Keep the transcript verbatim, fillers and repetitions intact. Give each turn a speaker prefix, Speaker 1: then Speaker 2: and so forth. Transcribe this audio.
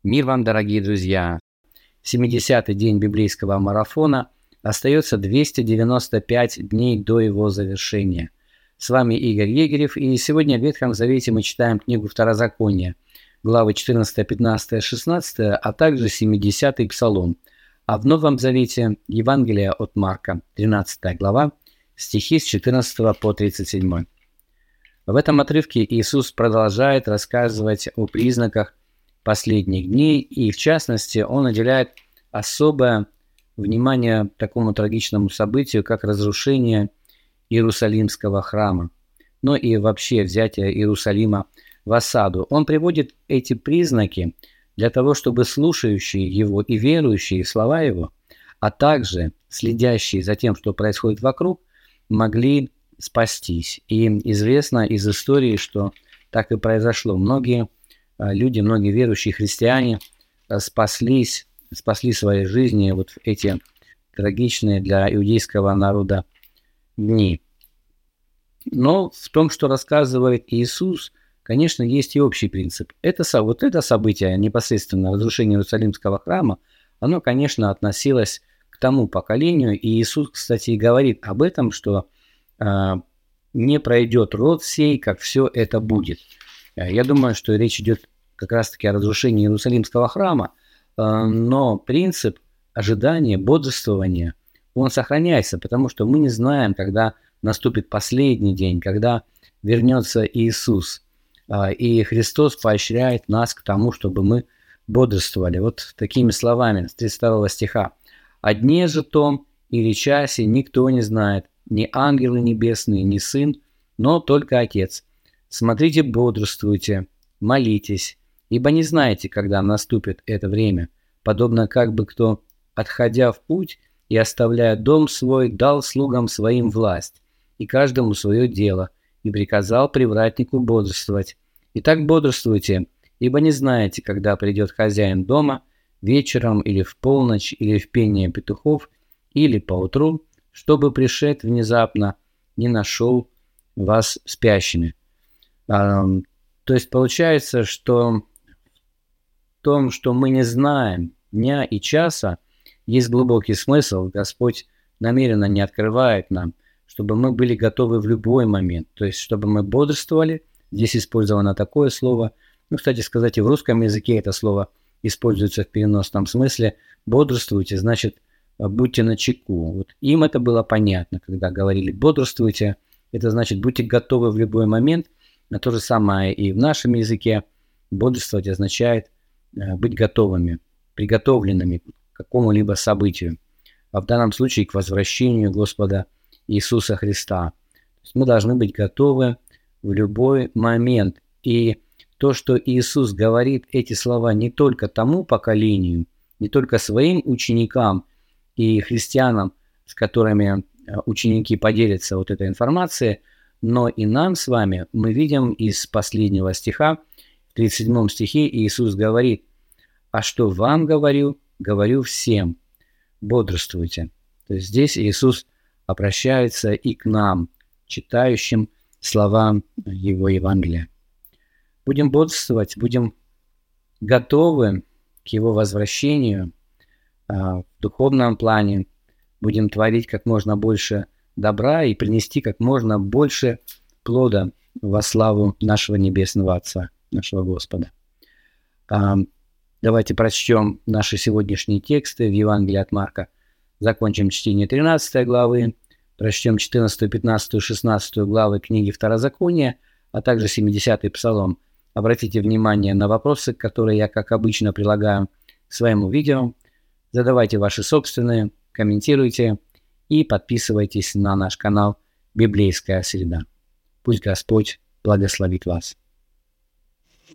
Speaker 1: Мир вам, дорогие друзья! семидесятый день библейского марафона, остается двести девяносто пять дней до его завершения. С вами Игорь Егерев, и сегодня в Ветхом Завете мы читаем книгу Второзакония, главы четырнадцатая, пятнадцатая, шестнадцатая, а также семидесятый Псалом. А в Новом Завете Евангелие от Марка, тринадцатая глава, стихи с четырнадцатого по тридцать семь. В этом отрывке Иисус продолжает рассказывать о признаках последних дней, и в частности он уделяет особое внимание такому трагичному событию, как разрушение Иерусалимского храма, но и вообще взятие Иерусалима в осаду. Он приводит эти признаки для того, чтобы слушающие его и верующие в слова его, а также следящие за тем, что происходит вокруг, могли спастись. И известно из истории, что так и произошло. Многие люди, многие верующие христиане спаслись, спасли свои жизни вот в эти трагичные для иудейского народа дни. Но в том, что рассказывает Иисус, конечно, есть и общий принцип. Это, вот это событие, непосредственно разрушение Иерусалимского храма, оно, конечно, относилось к тому поколению. И Иисус, кстати, и говорит об этом, что э, не пройдет род сей, как все это будет. Я думаю, что речь идет как раз-таки о разрушении Иерусалимского храма, но принцип ожидания, бодрствования, он сохраняется, потому что мы не знаем, когда наступит последний день, когда вернется Иисус. И Христос поощряет нас к тому, чтобы мы бодрствовали. Вот такими словами с тридцать второго стиха. «О дне же том или часе никто не знает, ни ангелы небесные, ни Сын, но только Отец. Смотрите, бодрствуйте, молитесь, ибо не знаете, когда наступит это время, подобно как бы кто, отходя в путь и оставляя дом свой, дал слугам своим власть, и каждому свое дело, и приказал привратнику бодрствовать. Итак, бодрствуйте, ибо не знаете, когда придет хозяин дома, вечером или в полночь, или в пение петухов, или поутру, чтобы пришед внезапно не нашел вас спящими». То есть получается, что в том, что мы не знаем дня и часа, есть глубокий смысл. Господь намеренно не открывает нам, чтобы мы были готовы в любой момент. То есть, чтобы мы бодрствовали. Здесь использовано такое слово. Ну, кстати сказать, и в русском языке это слово используется в переносном смысле. Бодрствуйте, значит, будьте начеку. Вот им это было понятно, когда говорили бодрствуйте. Это значит, будьте готовы в любой момент. А то же самое и в нашем языке. Бодрствовать означает быть готовыми, приготовленными к какому-либо событию, а в данном случае к возвращению Господа Иисуса Христа. То есть мы должны быть готовы в любой момент. И то, что Иисус говорит эти слова не только тому поколению, не только своим ученикам и христианам, с которыми ученики поделятся вот этой информацией, но и нам с вами, мы видим из последнего стиха, в тридцать седьмом стихе Иисус говорит: «А что вам говорю, говорю всем, бодрствуйте». То есть здесь Иисус обращается и к нам, читающим слова Его Евангелия. Будем бодрствовать, будем готовы к Его возвращению в духовном плане, будем творить как можно больше добра и принести как можно больше плода во славу нашего Небесного Отца, нашего Господа. Давайте прочтем наши сегодняшние тексты в Евангелии от Марка. Закончим чтение тринадцатой главы, прочтем четырнадцатую, пятнадцатую, шестнадцатую главы книги Второзакония, а также семидесятый Псалом. Обратите внимание на вопросы, которые я, как обычно, прилагаю к своему видео. Задавайте ваши собственные, комментируйте и подписывайтесь на наш канал «Библейская среда». Пусть Господь благословит вас.